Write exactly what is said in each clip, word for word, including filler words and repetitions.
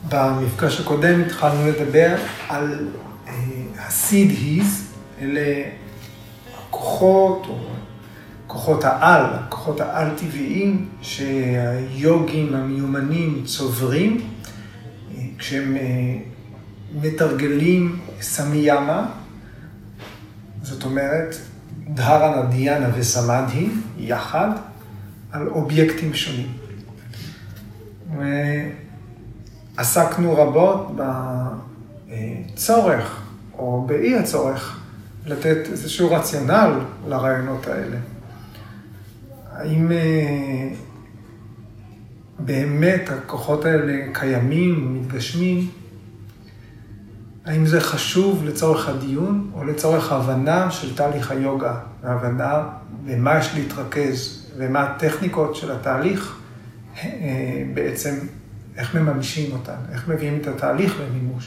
במפגש הקודם התחלנו לדבר על הסיד היז, אלה הכוחות, או כוחות העל, הכוחות העל-טבעיים שהיוגים המיומנים צוברים, כשהם מתרגלים סמיאמה, זאת אומרת, דהרנה, דיאנה וסמדהי יחד, על אובייקטים שונים. ועסקנו רבות בצורך, או באי הצורך, לתת איזשהו רציונל לרעיונות האלה. האם באמת הכוחות האלה קיימים, מתגשמים? האם זה חשוב לצורך הדיון או לצורך ההבנה של תהליך היוגה, ההבנה במה יש להתרכז ומה הטכניקות של התהליך, בעצם איך מממשים אותן, איך מביאים את התהליך למימוש.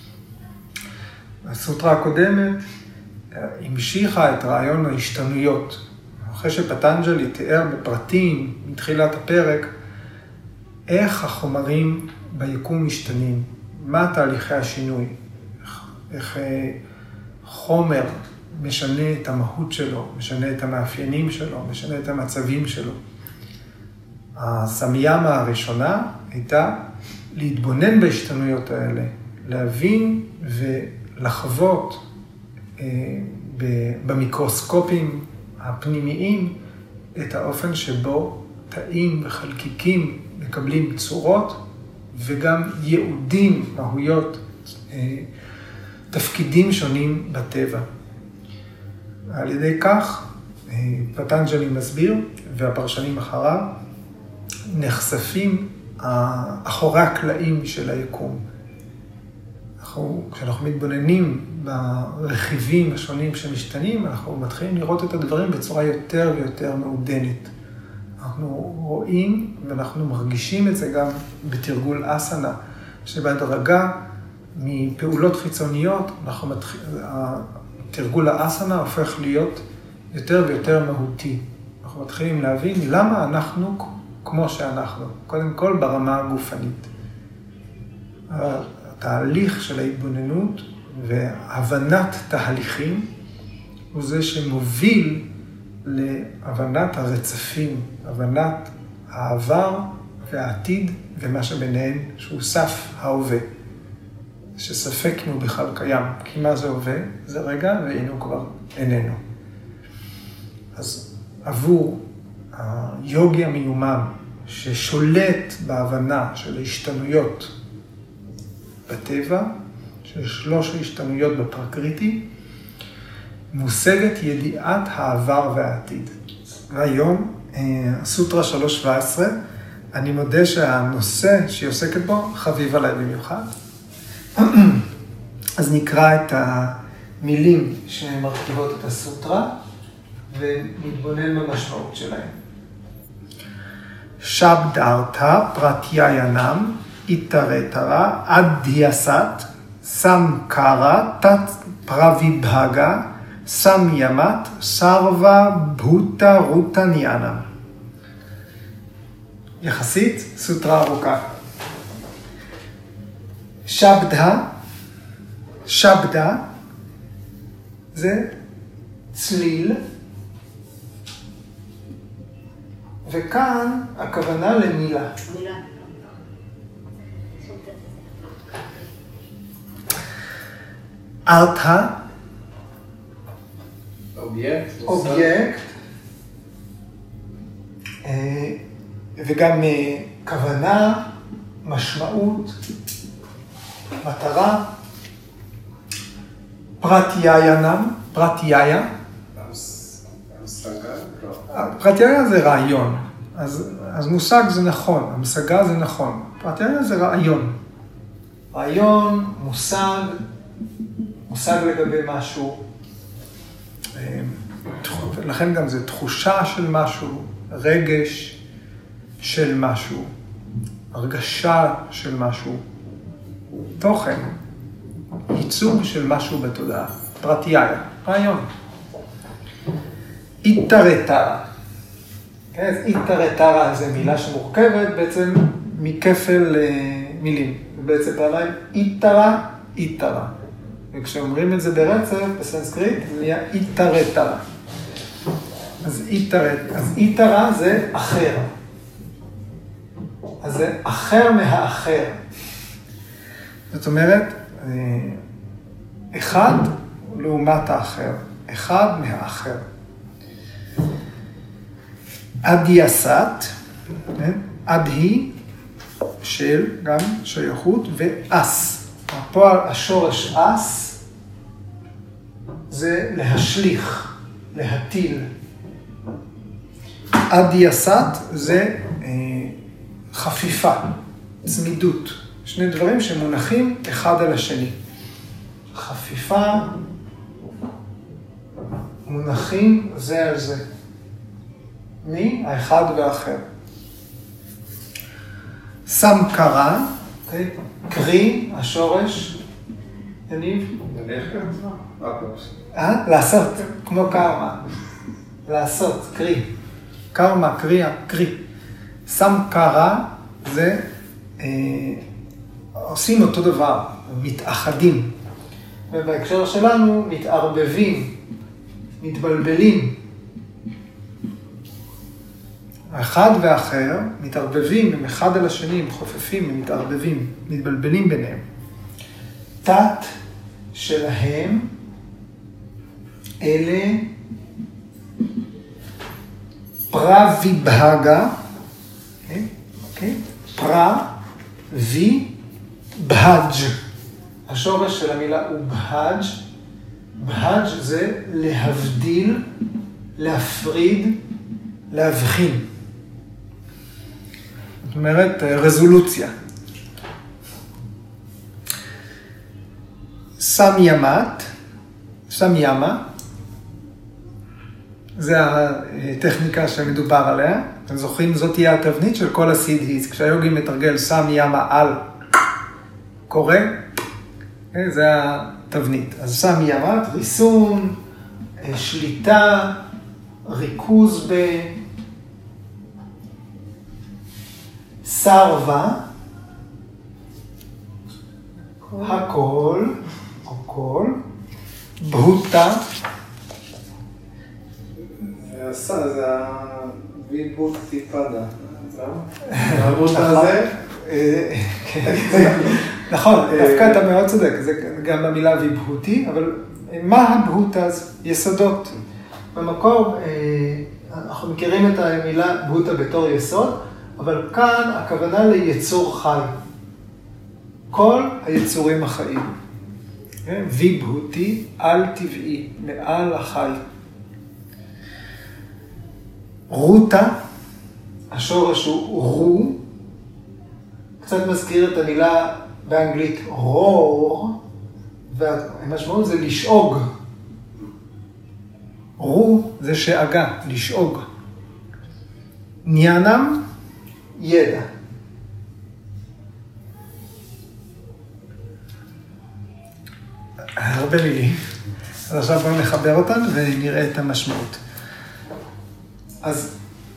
הסוטרה הקודמת המשיכה את רעיון ההשתנויות. אחרי שפטנג'לי תיאר בפרטים מתחילת הפרק, איך החומרים ביקום משתנים, מה תהליכי השינוי, איך, איך חומר משנה את המהות שלו, משנה את המאפיינים שלו, משנה את המצבים שלו. הסמיאמה הראשונה הייתה להתבונן בהשתנויות האלה, להבין ולחוות במיקרוסקופים הפנימיים את האופן שבו תאים וחלקיקים מקבלים צורות וגם ייעודים, מהויות, תפקידים שונים בטבע. על ידי כך, פטנג'לי מסביר, והפרשנים אחריו, נחשפים אחורי הקלעים של היקום. אנחנו, כשאנחנו מתבוננים ברכיבים השונים שמשתנים, אנחנו מתחילים לראות את הדברים בצורה יותר ויותר מעודנת. אנחנו רואים ואנחנו מרגישים את זה גם בתרגול אסנה, שבהדרגה מפעולות חיצוניות, אנחנו מתחיל, תרגול האסנה הופך להיות יותר ויותר מהותי. אנחנו מתחילים להבין למה אנחנו כמו שאנחנו, קודם כל ברמה הגופנית. התהליך של ההתבוננות והבנת תהליכים הוא זה שמוביל להבנת הרצפים, הבנת העבר והעתיד ומה שביניהם שהוא סף ההווה. שספק אם הוא בכלל קיים, כי מה זה הווה? זה רגע והנה הוא כבר איננו. אז עבור היוגי המיומן ששולט בהבנה של ההשתנויות בטבע, של שלוש ההשתנויות בפרקריטי, מושגת ידיעת העבר והעתיד. והיום, הסוטרה שלוש שבע עשרה, אני מודה שהנושא שהיא עוסקת בו חביב עליי במיוחד. אז נקרא את המילים שמרכיבות את הסוטרה, ונתבונן במשמעות שלהם. שבדארתא פרטיינם איתרתרה אדהיאסת סמקרה תת פרוויבהגה סמיימת סרווה בוטה רוטניאנם. יחסית סוטרה ארוכה. שבדה, שבדה זה צליל, וכאן הכוונה למילה. מילה. ארתא, אובייקט, אובייקט, וגם כוונה, משמעות, מטרה, פרטיינם, פרטייה. פרטייה זה רעיון, אז, אז מושג זה נכון, המשגה זה נכון, פרטייה זה רעיון. רעיון, מושג, מושג לגבי משהו, לכן גם זה תחושה של משהו, רגש של משהו, הרגשה של משהו, תוכן, ייצוג של משהו בתודעה, פרטייה, רעיון. איתרתרה. אז איתרתרה זה מילה שמורכבת בעצם מכפל מילים. בעצם פעמיים איתרה, איתרה. וכשאומרים את זה ברצף, בסנסקריט, זה נהיה איתרתרה. אז איתרת, אז איתרה זה אחר. אז זה אחר מהאחר. זאת אומרת, אחד לעומת האחר. אחד מהאחר. אדיאסת, עד היא של גם שייכות ואס. הפועל השורש אס זה להשליך, להטיל. אדיאסת זה אה, חפיפה, צמידות. שני דברים שמונחים אחד על השני. חפיפה, מונחים זה על זה. מי? האחד והאחר. סמקרה, קרי, השורש, יניב? אה? לעשות, כמו קרמה. לעשות, קרי. קרמה, קרי, קרי. סמקרה זה, אה, עושים אותו דבר, מתאחדים. ובהקשר שלנו, מתערבבים, מתבלבלים. האחד והאחר מתערבבים, הם אחד על השני, הם חופפים, הם מתערבבים, מתבלבלים ביניהם. תת שלהם, אלה פרה ויבהגה, אוקיי? אוקיי? פרה ויבהג'. השורש של המילה הוא בהג'. בהג' זה להבדיל, להפריד, להבחין. זאת אומרת, רזולוציה. סמיימת, סמיימה, זה הטכניקה שמדובר עליה. אתם זוכרים, זאת תהיה התבנית של כל הסידהיס. כשהיוגי מתרגל סמיימה על קורא, זה התבנית. אז סמיימת, ריסון, שליטה, ריכוז ב... סרווה, הכל, הכל, בהוטה. זה הוויבוטי פדה, הבהוטה הזה? נכון, דווקא אתה מאוד צודק, זה גם במילה ויבהותי, אבל מה הבהוטה? יסודות. במקור, אנחנו מכירים את המילה בהוטה בתור יסוד, אבל כאן הכוונה ליצור חי. כל היצורים החיים. ויבהותי, על טבעי, מעל החי. רוטה, השורש הוא רו, קצת מזכיר את המילה באנגלית רור, והמשמעות זה לשאוג. רו זה שאגה, לשאוג. ניאנם, ידע. הרבה מילים. אז עכשיו בואו נחבר אותן ונראה את המשמעות. אז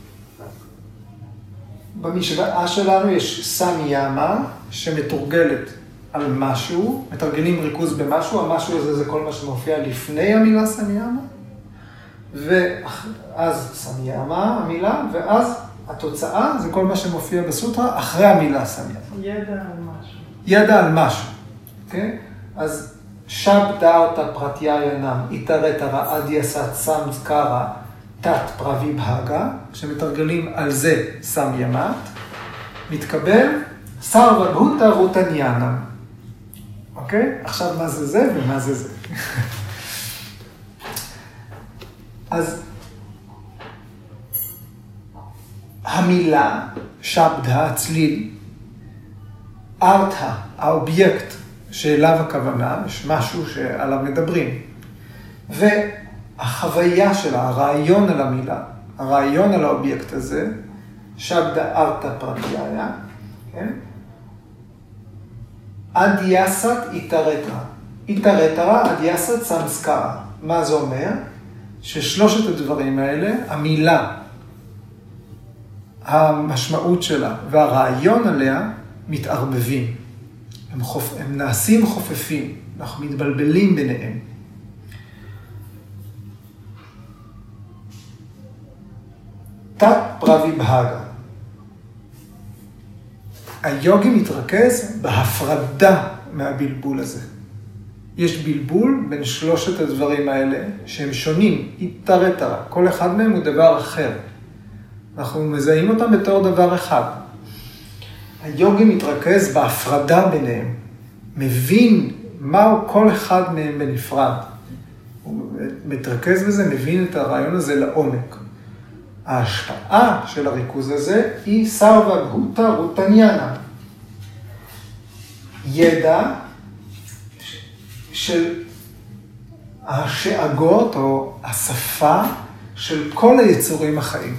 במשוואה שלנו יש סמיימה שמתורגלת על משהו, מתרגלים ריכוז במשהו, המשהו הזה זה כל מה שמופיע לפני המילה סמיימה, ואז סמיימה המילה, ואז התוצאה זה כל מה שמופיע בסוטרה אחרי המילה סמיימה. ידע על משהו. ידע על משהו, אוקיי? אז שבדארתא פרטיינם, איתרתרא אדיאסת סמסקרא תת פרוויבהגה, כשמתרגלים על זה סמיימת, מתקבל סרווה בהוטה רוטה ניאנם. אוקיי? עכשיו מה זה זה ומה זה זה. אז המילה, שבדה, הצליל, ארתא, האובייקט שאליו הכוונה, יש משהו שעליו מדברים. והחוויה שלה, הרעיון על המילה, הרעיון על האובייקט הזה, שבדה ארתא פרטייה, כן? אדיאסת איתרתרא. איתרתרא, אדיאסת סמסקרא. מה זה אומר? ששלושת הדברים האלה, המילה, המשמעות שלה והרעיון עליה, מתערבבים. הם, חופ... הם נעשים חופפים, אנחנו מתבלבלים ביניהם. תת פרוויבהאגה. היוגי מתרכז בהפרדה מהבלבול הזה. יש בלבול בין שלושת הדברים האלה שהם שונים, איתרתרה. כל אחד מהם הוא דבר אחר. אנחנו מזהים אותם בתור דבר אחד. היוגי מתרכז בהפרדה ביניהם. מבין מהו כל אחד מהם בנפרד. הוא מתרכז בזה, מבין את הרעיון הזה לעומק. ההשפעה של הריכוז הזה היא סרווה גהוטה רוטניאנה. ידע של השאגות או השפה של כל היצורים החיים.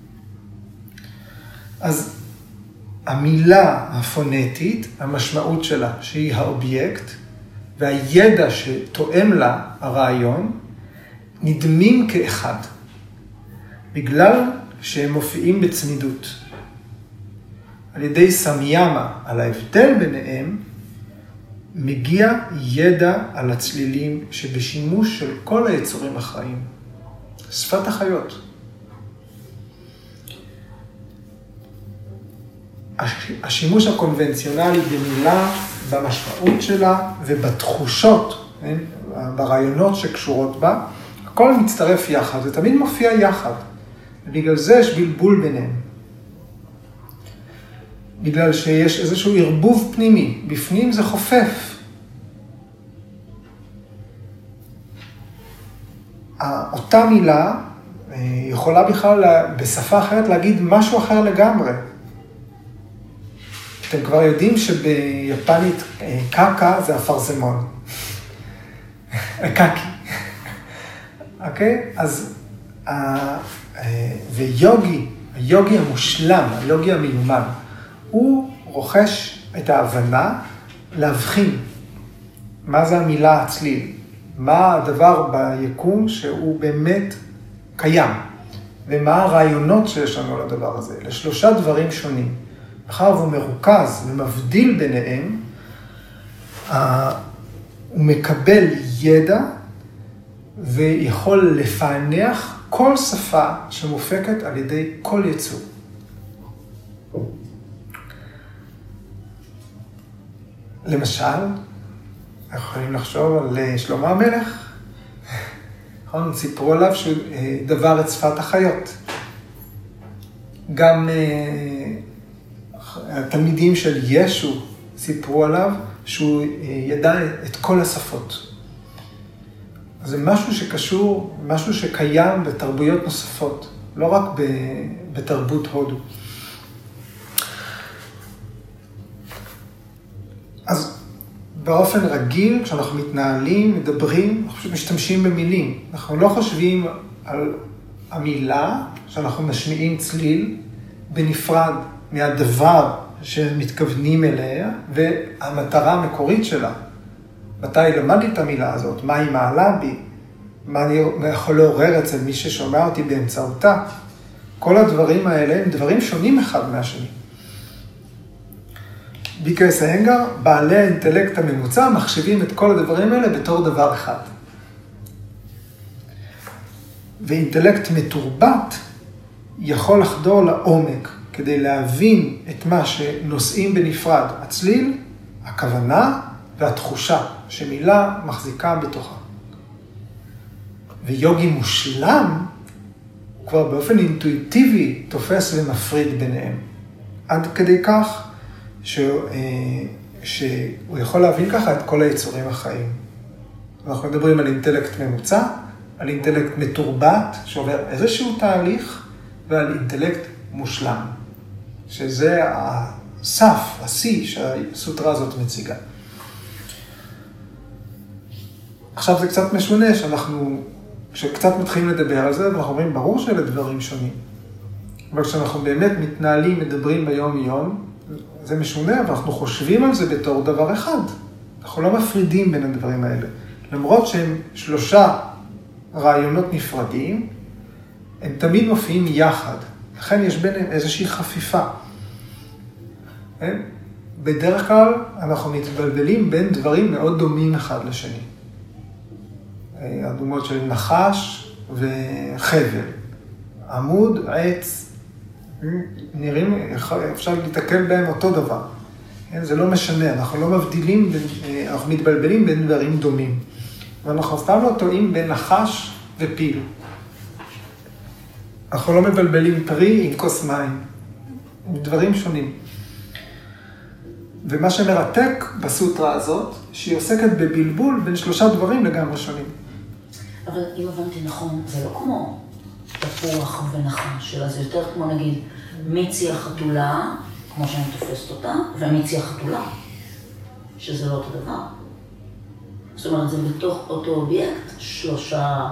אז המילה הפונטית, המשמעות שלה, שהיא האובייקט, והידע שתואם לה הרעיון, נדמים כאחד. בגלל שהם מופיעים בצמידות. על ידי סמיאמה, על ההבדל ביניהם, מגיע ידע על הצלילים שבשימוש של כל היצורים החיים. שפת החיות. השימוש הקונבנציונלי במילה, במשמעות שלה ובתחושות, ברעיונות שקשורות בה, הכל מצטרף יחד, זה תמיד מופיע יחד. ובגלל זה יש בלבול ביניהם. בגלל שיש איזשהו ערבוב פנימי, בפנים זה חופף. אותה מילה יכולה בכלל בשפה אחרת להגיד משהו אחר לגמרי. אתם כבר יודעים שביפנית קקה זה אפרסמון. קקי. אוקיי? אז, ויוגי, היוגי המושלם, היוגי המיומן, הוא רוכש את ההבנה להבחין מה זה המילה הצליל, מה הדבר ביקום שהוא באמת קיים, ומה הרעיונות שיש לנו לדבר הזה, לשלושה דברים שונים. אחר הוא מרוכז ומבדיל ביניהם, הוא מקבל ידע ויכול לפענח כל שפה שמופקת על ידי כל יצור. למשל, אנחנו יכולים לחשוב על שלמה המלך. נכון, סיפרו עליו שהוא דבר את שפת החיות. גם התלמידים של ישו סיפרו עליו שהוא ידע את כל השפות. זה משהו שקשור, משהו שקיים בתרבויות נוספות, לא רק בתרבות הודו. אז באופן רגיל, כשאנחנו מתנהלים, מדברים, אנחנו פשוט משתמשים במילים. אנחנו לא חושבים על המילה שאנחנו משמיעים צליל בנפרד מהדבר שמתכוונים אליה והמטרה המקורית שלה. מתי למדתי את המילה הזאת? מה היא מעלה בי? מה אני יכול לעורר אצל מי ששומע אותי באמצעותה? כל הדברים האלה הם דברים שונים אחד מהשני. ביקרס האנגר, בעלי האינטלקט הממוצע, מחשבים את כל הדברים האלה בתור דבר אחד. ואינטלקט מתורבת יכול לחדור לעומק כדי להבין את מה שנושאים בנפרד, הצליל, הכוונה והתחושה שמילה מחזיקה בתוכה. ויוגי מושלם, הוא כבר באופן אינטואיטיבי תופס ומפריד ביניהם. עד כדי כך שהוא, שהוא יכול להבין ככה את כל היצורים החיים. אנחנו מדברים על אינטלקט ממוצע, על אינטלקט מתורבת שעובר איזשהו תהליך, ועל אינטלקט מושלם, שזה הסף, השיא שהסוטרה הזאת מציגה. עכשיו זה קצת משונה שאנחנו, כשקצת מתחילים לדבר על זה, אנחנו אומרים, ברור שאלה דברים שונים. אבל כשאנחנו באמת מתנהלים, מדברים ביום יום, זה משונה, ואנחנו חושבים על זה בתור דבר אחד. אנחנו לא מפרידים בין הדברים האלה. למרות שהם שלושה רעיונות נפרדים, הם תמיד מופיעים יחד. לכן יש ביניהם איזושהי חפיפה. בדרך כלל אנחנו מתבלבלים בין דברים מאוד דומים אחד לשני. הדוגמאות של נחש וחבל. עמוד, עץ, נראים, אפשר להתקל בהם אותו דבר. זה לא משנה, אנחנו לא מבדילים, אנחנו מתבלבלים בין דברים דומים. ואנחנו אף פעם לא טועים בין נחש ופיל. אנחנו לא מבלבלים פרי עם כוס מים. דברים שונים. ומה שמרתק בסוטרה הזאת, שהיא עוסקת בבלבול בין שלושה דברים לגמרי שונים. אבל אם הבנתי נכון, זה לא כמו תפוח ונחש, אלא זה יותר כמו נגיד מיצי החתולה, כמו שאני תופסת אותה, ומיצי החתולה, שזה לא אותו דבר. זאת אומרת, זה בתוך אותו אובייקט, שלושה...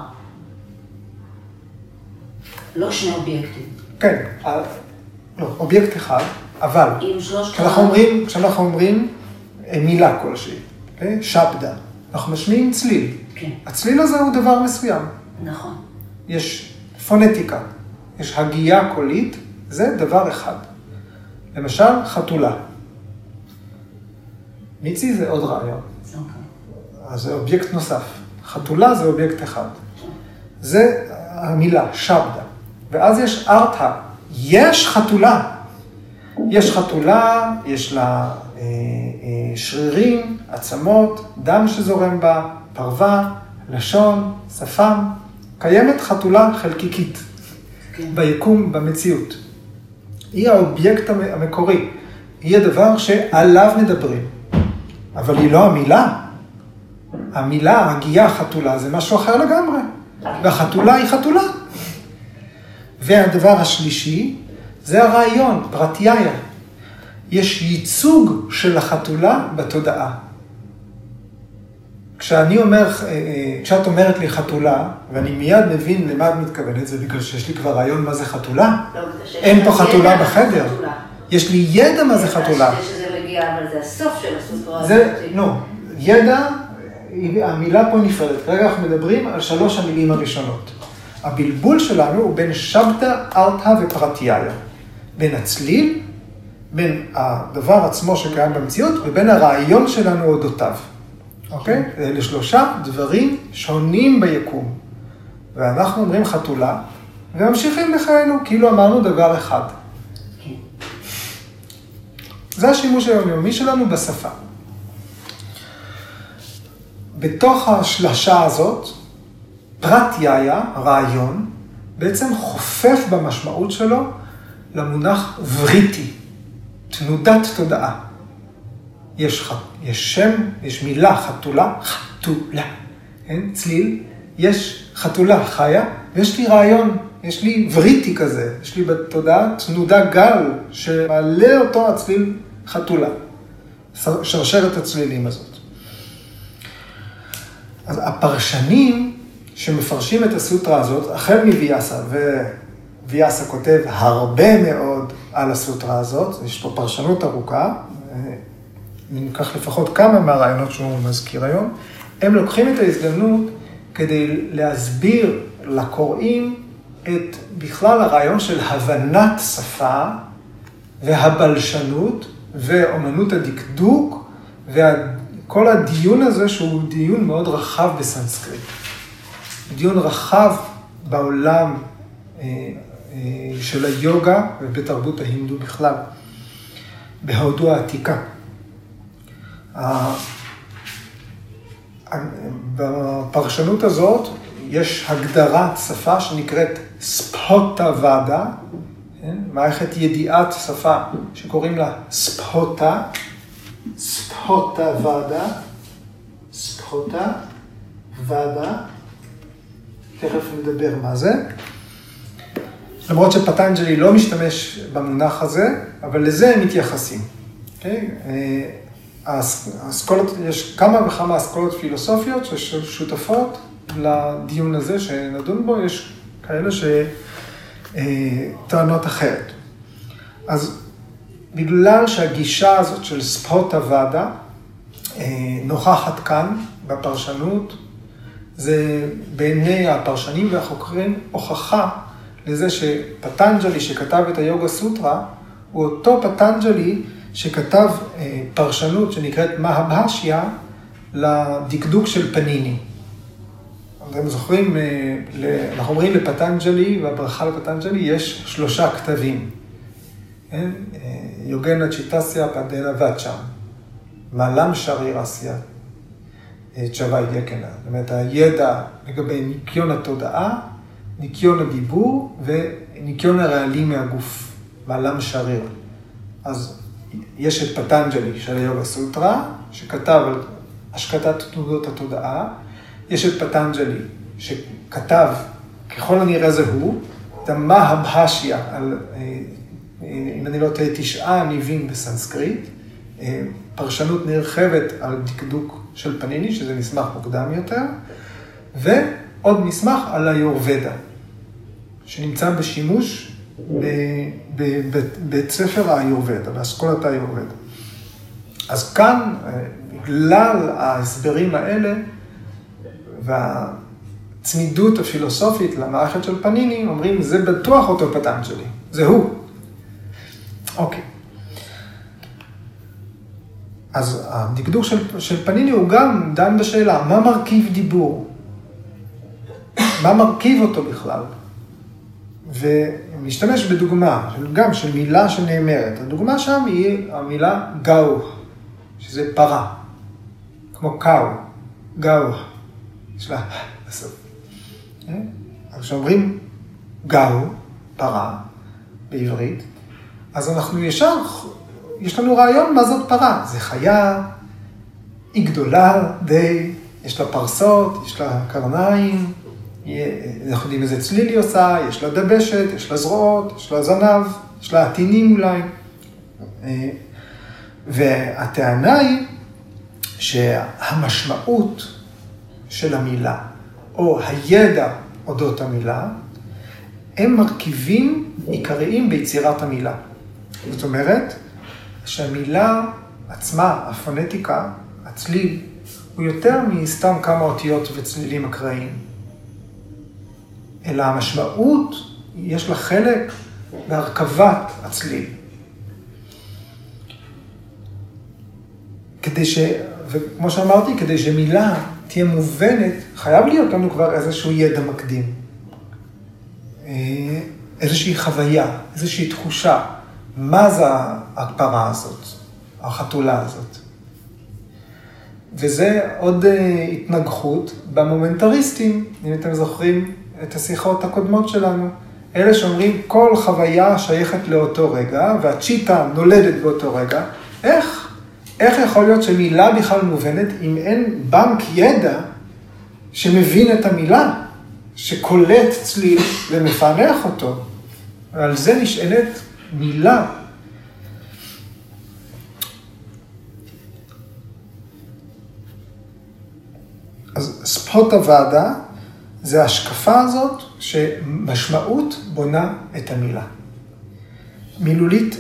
לא שני אובייקטים. כן, לא, אובייקט אחד, אבל עם שלושת... כשאנחנו אומרים, כשאנחנו אומרים מילה כלשהי, okay? שבדה, אנחנו משמיעים צליל. כן. הצליל הזה הוא דבר מסוים. נכון. יש פונטיקה, יש הגייה קולית, זה דבר אחד. למשל, חתולה. מיצי זה עוד רעיון. אוקיי. אז זה אובייקט נוסף. חתולה זה אובייקט אחד. זה המילה, שבדה. ואז יש ארתה. יש חתולה. יש חתולה, יש לה אה, אה, שרירים, עצמות, דם שזורם בה, פרווה, לשון, שפם. קיימת חתולה חלקיקית כן. ביקום, במציאות. היא האובייקט המקורי. היא הדבר שעליו מדברים. אבל היא לא המילה. המילה, הגייה, חתולה, זה משהו אחר לגמרי. והחתולה היא חתולה. והדבר השלישי, זה הרעיון, פרטייה. יש ייצוג של החתולה בתודעה. כשאני אומר, כשאת אומרת לי חתולה, ואני מיד מבין למה את מתכוונת, זה בגלל שיש לי כבר רעיון מה זה חתולה. אין פה חתולה בחדר. יש לי ידע מה זה חתולה. יש שזה מגיע, אבל זה הסוף של הסוטרה. זה, לא, ידע, המילה פה נפרדת. כרגע אנחנו מדברים על שלוש המילים הראשונות. הבלבול שלנו הוא בין שבדה, ארתה ופרטייה. בין הצליל, בין הדבר עצמו שקיים במציאות, ובין הרעיון שלנו אודותיו. אוקיי? אלה שלושה דברים שונים ביקום. ואנחנו אומרים חתולה, וממשיכים בחיינו, כאילו אמרנו דבר אחד. זה השימוש היומיומי שלנו בשפה. בתוך השלשה הזאת, פרטייה, הרעיון, בעצם חופף במשמעות שלו למונח וריטי, תנודת תודעה. יש, ח... יש שם, יש מילה, חתולה, חתולה, אין? צליל, יש חתולה חיה, ויש לי רעיון, יש לי וריטי כזה, יש לי בתודעה תנודה גל, שמעלה אותו הצליל חתולה, שרשרת הצלילים הזאת. אז הפרשנים שמפרשים את הסוטרה הזאת, החל מוויאסה, וויאסה כותב הרבה מאוד על הסוטרה הזאת, יש פה פרשנות ארוכה, ניקח לפחות כמה מהרעיונות שהוא מזכיר היום, הם לוקחים את ההזדמנות כדי להסביר לקוראים את בכלל הרעיון של הבנת שפה והבלשנות ואומנות הדקדוק וכל הדיון הזה שהוא דיון מאוד רחב בסנסקריט. דיון רחב בעולם של היוגה ובתרבות ההינדו בכלל, בהודו העתיקה. בפרשנות הזאת יש הגדרת שפה שנקראת ספוטה ודה, מערכת ידיעת שפה שקוראים לה ספוטה, ספוטה ודה, ספוטה ודה, תכף נדבר מה זה. למרות שפטנג'לי לא משתמש במונח הזה, אבל לזה הם מתייחסים. Okay? האסכולות, יש כמה וכמה אסכולות פילוסופיות ששותפות לדיון הזה שנדון בו, יש כאלה שטוענות אחרת. אז בגלל שהגישה הזאת של ספוטה ודה נוכחת כאן בפרשנות, זה בעיני הפרשנים והחוקרים הוכחה לזה שפטנג'לי שכתב את היוגה סוטרה, הוא אותו פטנג'לי שכתב פרשנות שנקראת מהבהשיה לדקדוק של פניני. אתם זוכרים, אנחנו אומרים לפטנג'לי, והברכה לפטנג'לי, יש שלושה כתבים. יוגנה צ'יטסיה פדנה ואצ'ם, מעלם שרירסיה, תשווי יקנה. זאת אומרת, הידע לגבי ניקיון התודעה, ניקיון הדיבור וניקיון הרעלים מהגוף, מעלם שריר. אז יש את פטנג'לי של היוגה סוטרה, שכתב על השקטת תנודות התודעה. יש את פטנג'לי שכתב, ככל הנראה זה הוא, את המהבהשיה, על, אם אני לא טועה, תשעה ניבים בסנסקריט, פרשנות נרחבת על דקדוק של פניני, שזה מסמך מוקדם יותר, ועוד מסמך על היורבדה, שנמצא בשימוש בבית ספר היורבדה, באסכולת היורבדה. אז כאן, בגלל ההסברים האלה, והצמידות הפילוסופית למערכת של פניני, אומרים, זה בטוח אותו פטנג'לי, זה הוא. אוקיי. אז הדקדוק של, של פניני הוא גם דן בשאלה, מה מרכיב דיבור? מה מרכיב אותו בכלל? ומשתמש בדוגמה, גם של מילה שנאמרת. הדוגמה שם היא המילה גאו, שזה פרה, כמו קאו, גאו, יש לה בסוף. אז כשאומרים גאו, פרה, בעברית, אז אנחנו ישר, יש לנו רעיון מה זאת פרה. זה חיה, היא גדולה די, יש לה פרסות, יש לה קרניים, אנחנו יודעים איזה צליל היא עושה, יש לה דבשת, יש לה זרועות, יש לה זנב, יש לה עטינים אולי. והטענה היא שהמשמעות של המילה, או הידע אודות המילה, הם מרכיבים עיקריים ביצירת המילה. זאת אומרת, שהמילה עצמה, הפונטיקה, הצליל, הוא יותר מסתם כמה אותיות וצלילים אקראיים. אלא המשמעות, יש לה חלק בהרכבת הצליל. כדי ש... וכמו שאמרתי, כדי שמילה תהיה מובנת, חייב להיות לנו כבר איזשהו ידע מקדים. איזושהי חוויה, איזושהי תחושה. מה זה הפרה הזאת, החתולה הזאת? וזה עוד התנגחות במומנטריסטים, אם אתם זוכרים את השיחות הקודמות שלנו. אלה שאומרים כל חוויה שייכת לאותו רגע, והצ'יטה נולדת באותו רגע. איך? איך יכול להיות שמילה בכלל מובנת אם אין בנק ידע שמבין את המילה, שקולט צליל ומפענח אותו? ועל זה נשענת מילה. אז ספות הוועדה זה ההשקפה הזאת שמשמעות בונה את המילה. מילולית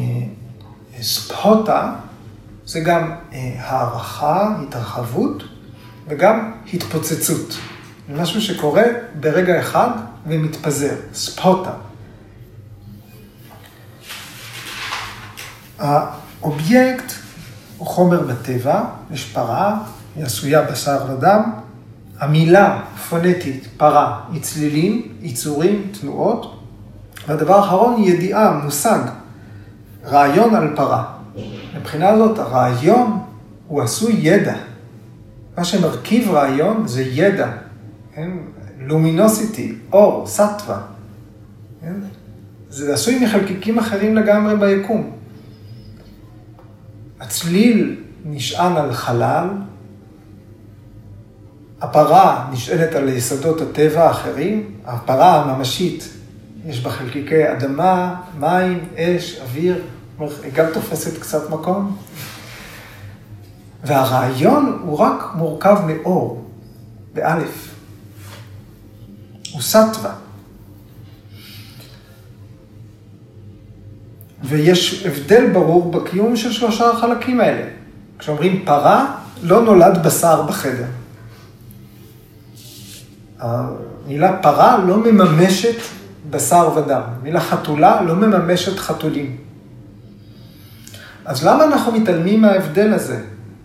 ספוטה זה גם הערכה, התרחבות וגם התפוצצות. זה משהו שקורה ברגע אחד ומתפזר, ספוטה. האובייקט הוא חומר בטבע, יש פרה, היא עשויה בשר ודם. המילה פונטית, פרה, היא צלילים, יצורים, תנועות. והדבר האחרון היא ידיעה, מושג, רעיון על פרה. מבחינה הזאת, הרעיון הוא עשוי ידע. מה שמרכיב רעיון זה ידע, כן? לומינוסיטי, אור, סטווה. כן? זה עשוי מחלקיקים אחרים לגמרי ביקום. הצליל נשען על חלל, הפרה נשענת על יסודות הטבע האחרים, הפרה הממשית, יש בה חלקיקי אדמה, מים, אש, אוויר, היא גם תופסת קצת מקום. והרעיון הוא רק מורכב מאור, באלף. הוא סטווה. ויש הבדל ברור בקיום של שלושה החלקים האלה. כשאומרים פרה, לא נולד בשר בחדר. המילה פרה לא מממשת בשר ודם. המילה חתולה לא מממשת חתולים. אז למה אנחנו מתעלמים מההבדל הזה?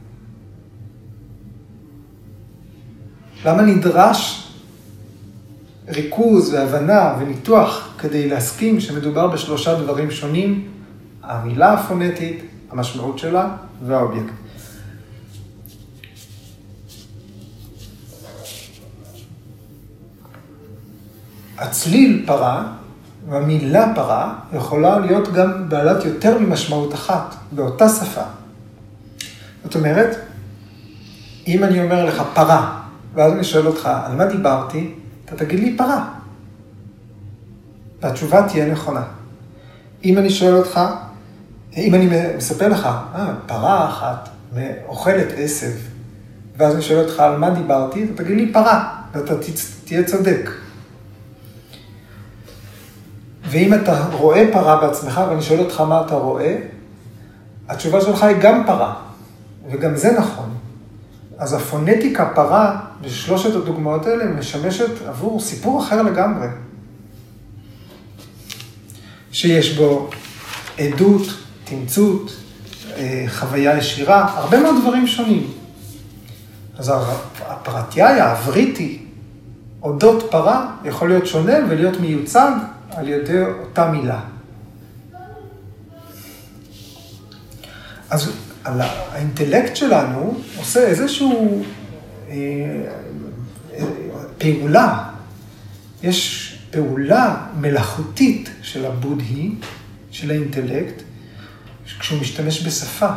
למה נדרש ריכוז והבנה וניתוח כדי להסכים שמדובר בשלושה דברים שונים, המילה הפונטית, המשמעות שלה והאובייקט. הצליל פרה והמילה פרה יכולה להיות גם בעלת יותר ממשמעות אחת באותה שפה. זאת אומרת, אם אני אומר לך פרה, ואז אני שואל אותך, על מה דיברתי? אתה תגיד לי פרה. והתשובה תהיה נכונה. אם אני שואל אותך, אם אני מספר לך, אה, פרה אחת אוכלת עשב, ואז אני שואל אותך על מה דיברתי, אתה תגיד לי פרה, ואתה תהיה צודק. ואם אתה רואה פרה בעצמך, ואני שואל אותך מה אתה רואה, התשובה שלך היא גם פרה, וגם זה נכון. אז הפונטיקה פרה, בשלושת הדוגמאות האלה, משמשת עבור סיפור אחר לגמרי. שיש בו עדות, תמצות, חוויה ישירה, הרבה מאוד דברים שונים. אז הפרטייה, העבריתי, אודות פרה, יכול להיות שונה ולהיות מיוצג על ידי אותה מילה. אז האינטלקט שלנו עושה איזשהו אה, אה, פעולה. יש פעולה מלאכותית של הבודהי, של האינטלקט, כשהוא משתמש בשפה.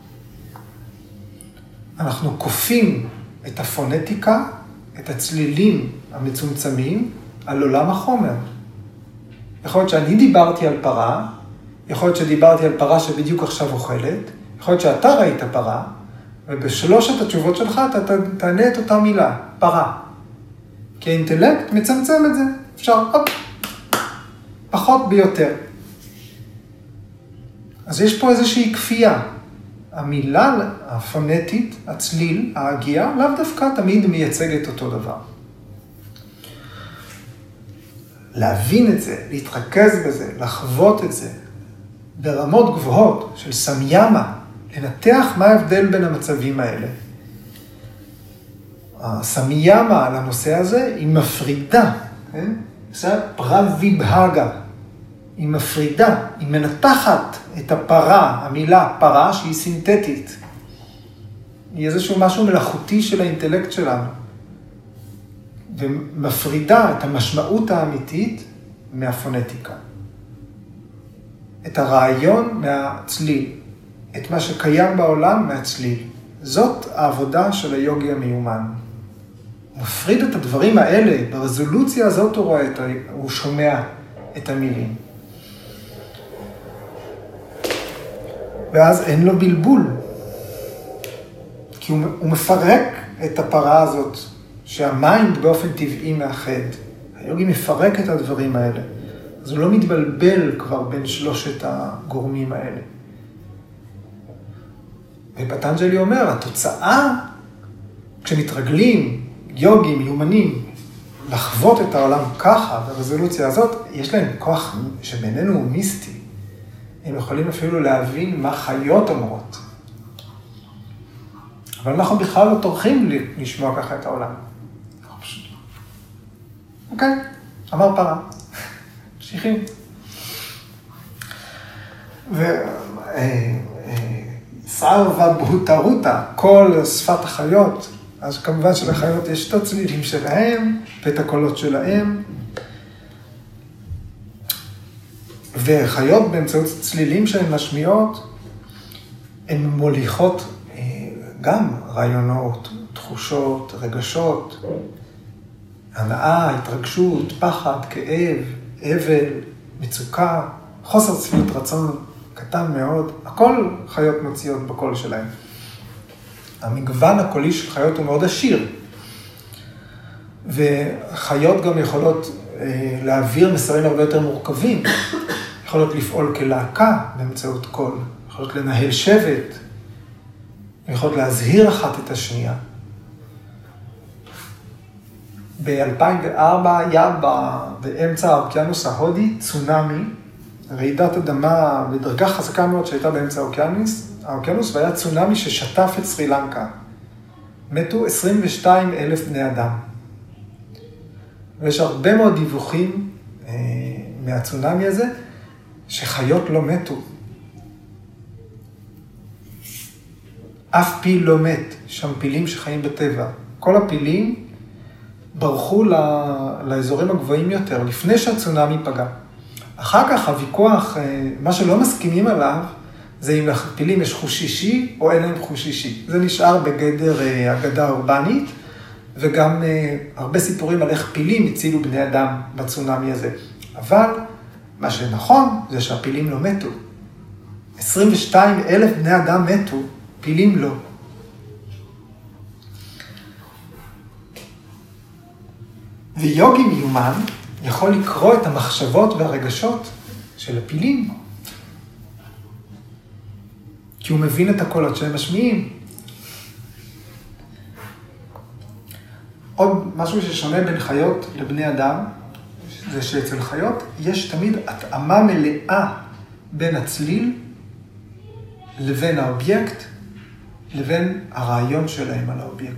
אנחנו כופים את הפונטיקה, את הצלילים המצומצמים, על עולם החומר. יכול להיות שאני דיברתי על פרה, יכול להיות שדיברתי על פרה שבדיוק עכשיו אוכלת, יכול להיות שאתה ראית פרה, ובשלושת התשובות שלך אתה תענה את אותה מילה, פרה. כי האינטלקט מצמצם את זה, אפשר, אופ, פחות ביותר. אז יש פה איזושהי כפייה. המילה הפונטית, הצליל, ההגייה, לאו דווקא תמיד מייצגת אותו דבר. להבין את זה, להתרכז בזה, לחוות את זה, ברמות גבוהות של סמיימה, לנתח מה ההבדל בין המצבים האלה. הסמיימה על הנושא הזה היא מפרידה, כן? זה פרוויבהגה. היא מפרידה, היא מנתחת את הפרה, המילה פרה שהיא סינתטית. היא איזשהו משהו מלאכותי של האינטלקט שלנו. ומפרידה את המשמעות האמיתית מהפונטיקה. את הרעיון מהצליל, את מה שקיים בעולם מהצליל. זאת העבודה של היוגי המיומן. הוא מפריד את הדברים האלה, ברזולוציה הזאת הוא רואה, את ה... הוא שומע את המילים. ואז אין לו בלבול, כי הוא, הוא מפרק את הפרה הזאת, שהמיינד באופן טבעי מאחד. היוגי מפרק את הדברים האלה, אז הוא לא מתבלבל כבר בין שלושת הגורמים האלה. ופטנג'לי אומר, התוצאה, כשמתרגלים, יוגים, מיומנים, לחוות את העולם ככה, ברזולוציה הזאת, יש להם כוח שבינינו הוא מיסטי. הם יכולים אפילו להבין מה חיות אומרות. אבל אנחנו בכלל לא טורחים לשמוע ככה את העולם. אוקיי, אמר פרה. ממשיכים. וסרווה בהותרותה, כל שפת החיות, אז כמובן שלחיות יש את הצלילים שלהם, ואת הקולות שלהם, וחיות באמצעות צלילים שהן משמיעות, הן מוליכות גם רעיונות, תחושות, רגשות, הנאה, התרגשות, פחד, כאב, אבל, מצוקה, חוסר שביעות רצון, קטן מאוד, הכל חיות מוציאות בקול שלהם. המגוון הקולי של חיות הוא מאוד עשיר, וחיות גם יכולות אה, להעביר מסרים הרבה יותר מורכבים, יכולות לפעול כלהקה באמצעות קול, יכולות לנהל שבט, יכולות להזהיר אחת את השנייה. ב-אלפיים וארבע היה באמצע האוקיינוס ההודי צונאמי רעידת אדמה בדרגה חזקה מאוד שהייתה באמצע האוקיינוס, האוקיינוס, והיה צונאמי ששטף את סרי לנקה. מתו עשרים ושניים אלף בני אדם. ויש הרבה מאוד דיווחים אה, מהצונאמי הזה, שחיות לא מתו. אף פיל לא מת, שם פילים שחיים בטבע. כל הפילים ברחו ל... לאזורים הגבוהים יותר, לפני שהצונאמי פגע. אחר כך הוויכוח, מה שלא מסכימים עליו, זה אם לפילים יש חוש שישי או אין להם חוש שישי. זה נשאר בגדר אגדה אורבנית, וגם הרבה סיפורים על איך פילים הצילו בני אדם בצונאמי הזה. אבל מה שנכון זה שהפילים לא מתו. עשרים ושניים אלף בני אדם מתו, פילים לא. ויוגי מיומן יכול לקרוא את המחשבות והרגשות של הפילים. כי הוא מבין את הקולות שהם משמיעים. עוד משהו ששונה בין חיות לבני אדם, זה שאצל חיות יש תמיד התאמה מלאה בין הצליל לבין האובייקט, לבין הרעיון שלהם על האובייקט.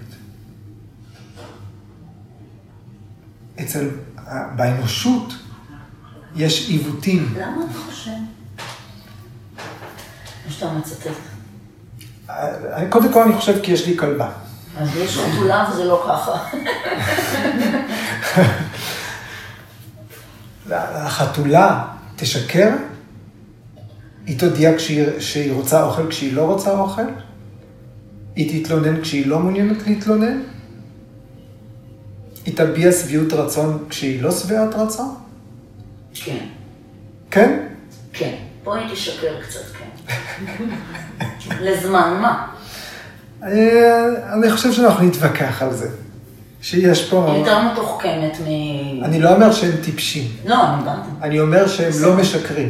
אצל, באנושות יש עיוותים. למה אתה חושב? מה שאתה מצטט? קודם כל אני חושב כי יש לי כלבה. אז יש חתולה וזה לא ככה. החתולה תשקר, היא תודיע שהיא רוצה אוכל כשהיא לא רוצה אוכל, היא תתלונן כשהיא לא מעוניינת להתלונן, היא תביע שביעות רצון כשהיא לא שבעת רצון? כן. כן? כן. בואי תשקר קצת, כן. לזמן מה? אני חושב שאנחנו נתווכח על זה. שיש פה... היא יותר מתוחכמת מ... אני לא אומר שהם טיפשים. לא, אני הבנתי. אני אומר שהם לא משקרים.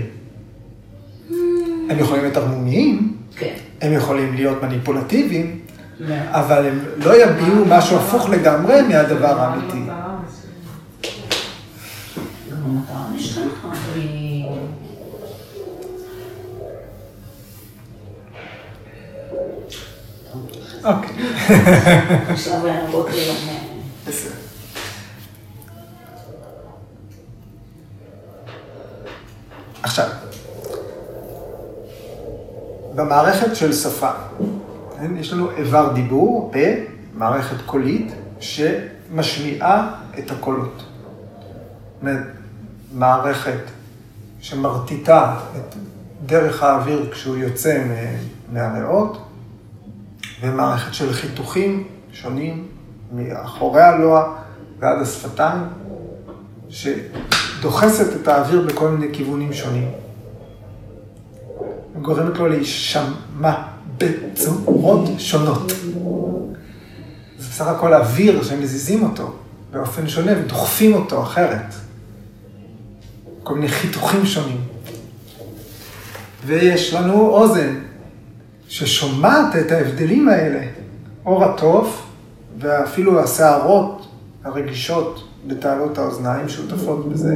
הם יכולים להיות ערמומיים, כן. הם יכולים להיות מניפולטיביים, אבל הם לא יביעו משהו הפוך לגמרי מהדבר האמיתי. המטרה משתנה, היא... אוקיי. עכשיו בוא תהיה... בסדר. עכשיו, במערכת של שפה, יש לנו איבר דיבור, פה, מערכת קולית, שמשמיעה את הקולות. זאת אומרת, מערכת שמרטיטה את דרך האוויר כשהוא יוצא מהריאות, ומערכת של חיתוכים שונים מאחורי הלוע ועד השפתיים, שדוחסת את האוויר בכל מיני כיוונים שונים. גורמת לו להישמע בצורות שונות. זה בסך הכל אוויר שמזיזים אותו באופן שונה ודוחפים אותו אחרת. כל מיני חיתוכים שונים. ויש לנו אוזן ששומעת את ההבדלים האלה. אור התוף ואפילו השערות הרגישות בתעלות האוזניים שותפות בזה.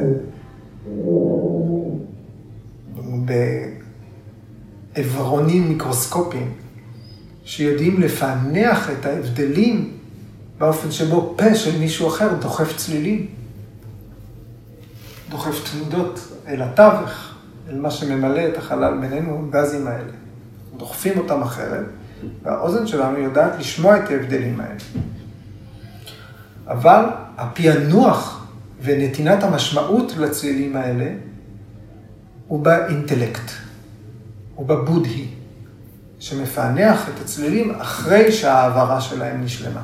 בעברונים מיקרוסקופיים שיודעים לפענח את ההבדלים באופן שבו פה של מישהו אחר דוחף צלילים. דוחף תנודות אל התווך, אל מה שממלא את החלל בינינו, הגזים האלה. דוחפים אותם אחרת, והאוזן שלנו יודעת לשמוע את ההבדלים האלה. אבל הפענוח ונתינת המשמעות לצלילים האלה הוא באינטלקט, הוא בבודהי, שמפענח את הצלילים אחרי שהעברה שלהם נשלמה.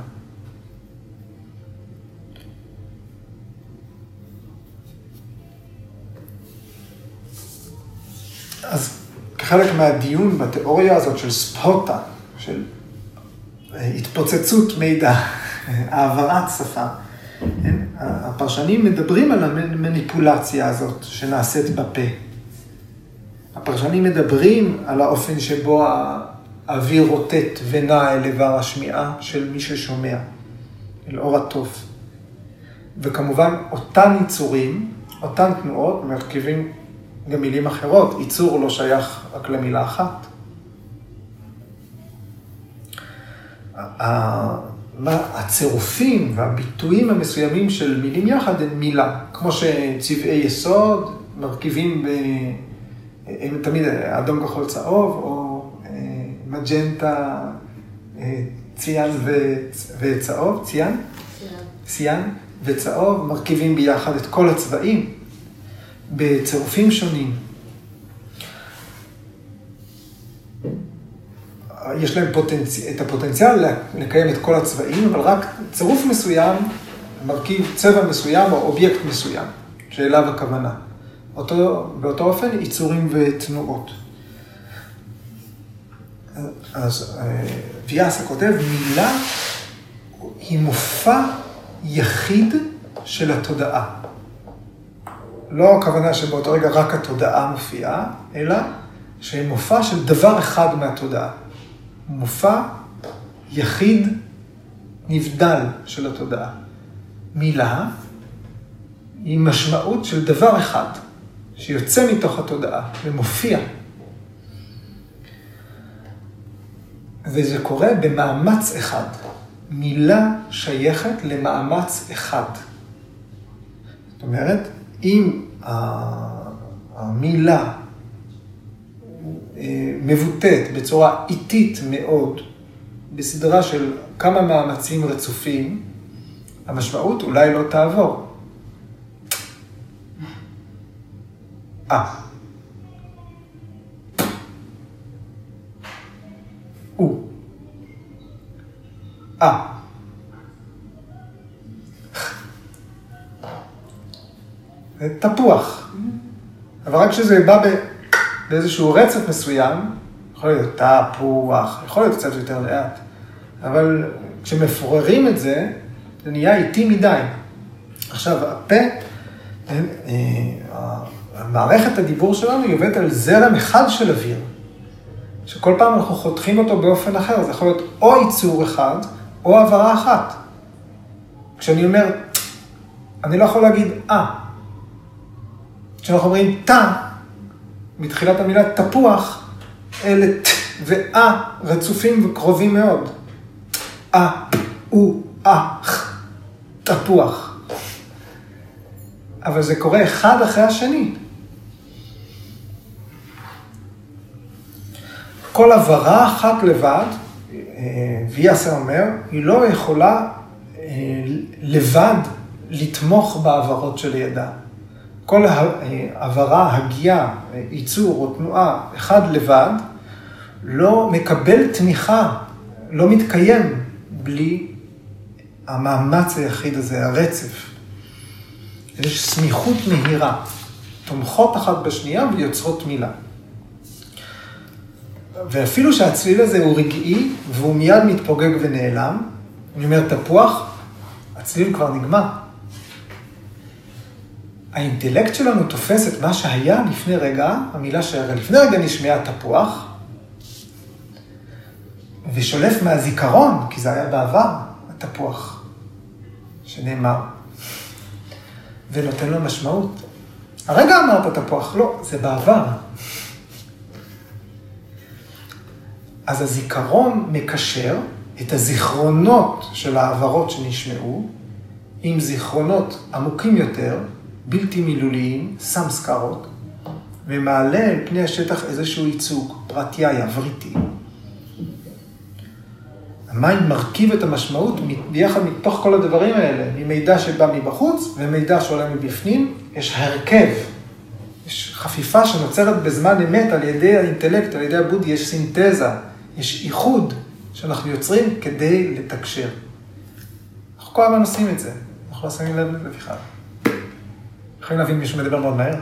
אז כחלק מהדיון בתיאוריה הזאת של ספוטה, של התפוצצות מידע, העברת שפה, הפרשנים מדברים על המניפולציה הזאת שנעשית בפה. הפרשנים מדברים על האופן שבו האוויר רוטט ונע אל עבר השמיעה של מי ששומע, אל אור התוף. וכמובן אותן יצורים, אותן תנועות, מרכיבים גם מילים אחרות, ייצור לא שייך רק למילה אחת. הצירופים והביטויים המסוימים של מילים יחד הם מילה, כמו שצבעי יסוד, מרכיבים ב... הם תמיד אדום כחול צהוב, או מג'נטה, ציין וצהוב, ציין? ציין וצהוב, מרכיבים ביחד את כל הצבעים, בצירופים שונים. יש להם פוטנצ... את הפוטנציאל לקיים את כל הצבעים, אבל רק צירוף מסוים, מרכיב צבע מסוים או אובייקט מסוים, שאליו הכוונה. אותו, באותו אופן, ייצורים ותנועות. אז ויאסה כותב, מילה היא מופע יחיד של התודעה. לא הכוונה שבאותו רגע רק התודעה מופיעה, אלא שהיא מופע של דבר אחד מהתודעה. מופע יחיד נבדל של התודעה. מילה היא משמעות של דבר אחד, שיוצא מתוך התודעה ומופיע. וזה קורה במאמץ אחד. מילה שייכת למאמץ אחד. זאת אומרת, אם המילה מבוטאת בצורה איטית מאוד, בסדרה של כמה מאמצים רצופים, המשמעות אולי לא תעבור. אה. או. אה. זה תפוח. אבל רק כשזה בא ב... באיזשהו רצף מסוים, יכול להיות תפוח, יכול להיות קצת יותר לאט, אבל כשמפוררים את זה, זה נהיה איטי מדי. עכשיו, הפה, המערכת הדיבור שלנו היא עובדת על זרם אחד של אוויר, שכל פעם אנחנו חותכים אותו באופן אחר, זה יכול להיות או ייצור אחד, או עברה אחת. כשאני אומר, אני לא יכול להגיד אה. כשאנחנו אומרים תא, מתחילת המילה תפוח, אלה ת ואה רצופים וקרובים מאוד. אה, או, אה, תפוח. אבל זה קורה אחד אחרי השני. כל עברה אחת לבד, ויאסר אומר, היא לא יכולה לבד לתמוך בעברות שלידה. כל העברה, הגיעה, ייצור או תנועה, אחד לבד, לא מקבל תמיכה, לא מתקיים בלי המאמץ היחיד הזה, הרצף. יש סמיכות מהירה, תומכות אחת בשנייה ויוצרות מילה. ואפילו שהצליל הזה הוא רגעי, והוא מיד מתפוגג ונעלם, אני אומר תפוח, הצליל כבר נגמר. האינטלקט שלנו תופס את מה שהיה לפני רגע, המילה שלפני רגע נשמעה תפוח, ושולף מהזיכרון, כי זה היה בעבר, התפוח, שנאמר, ונותן לו משמעות. הרגע אמרת תפוח, לא, זה בעבר. אז הזיכרון מקשר את הזיכרונות של העברות שנשמעו, עם זיכרונות עמוקים יותר, בלתי מילוליים, סמסקרות, ומעלה על פני השטח איזשהו ייצוג, פרטיה, יבריטי. המיינד מרכיב את המשמעות ביחד מתוך כל הדברים האלה, ממידע שבא מבחוץ ומידע שעולה מבפנים, יש הרכב, יש חפיפה שנוצרת בזמן אמת על ידי האינטלקט, על ידי הבודי, יש סינתזה, יש איחוד שאנחנו יוצרים כדי לתקשר. אנחנו כל הזמן עושים את זה, אנחנו לא שמים לב בכלל. יכולים להבין מישהו מדבר מאוד מהר?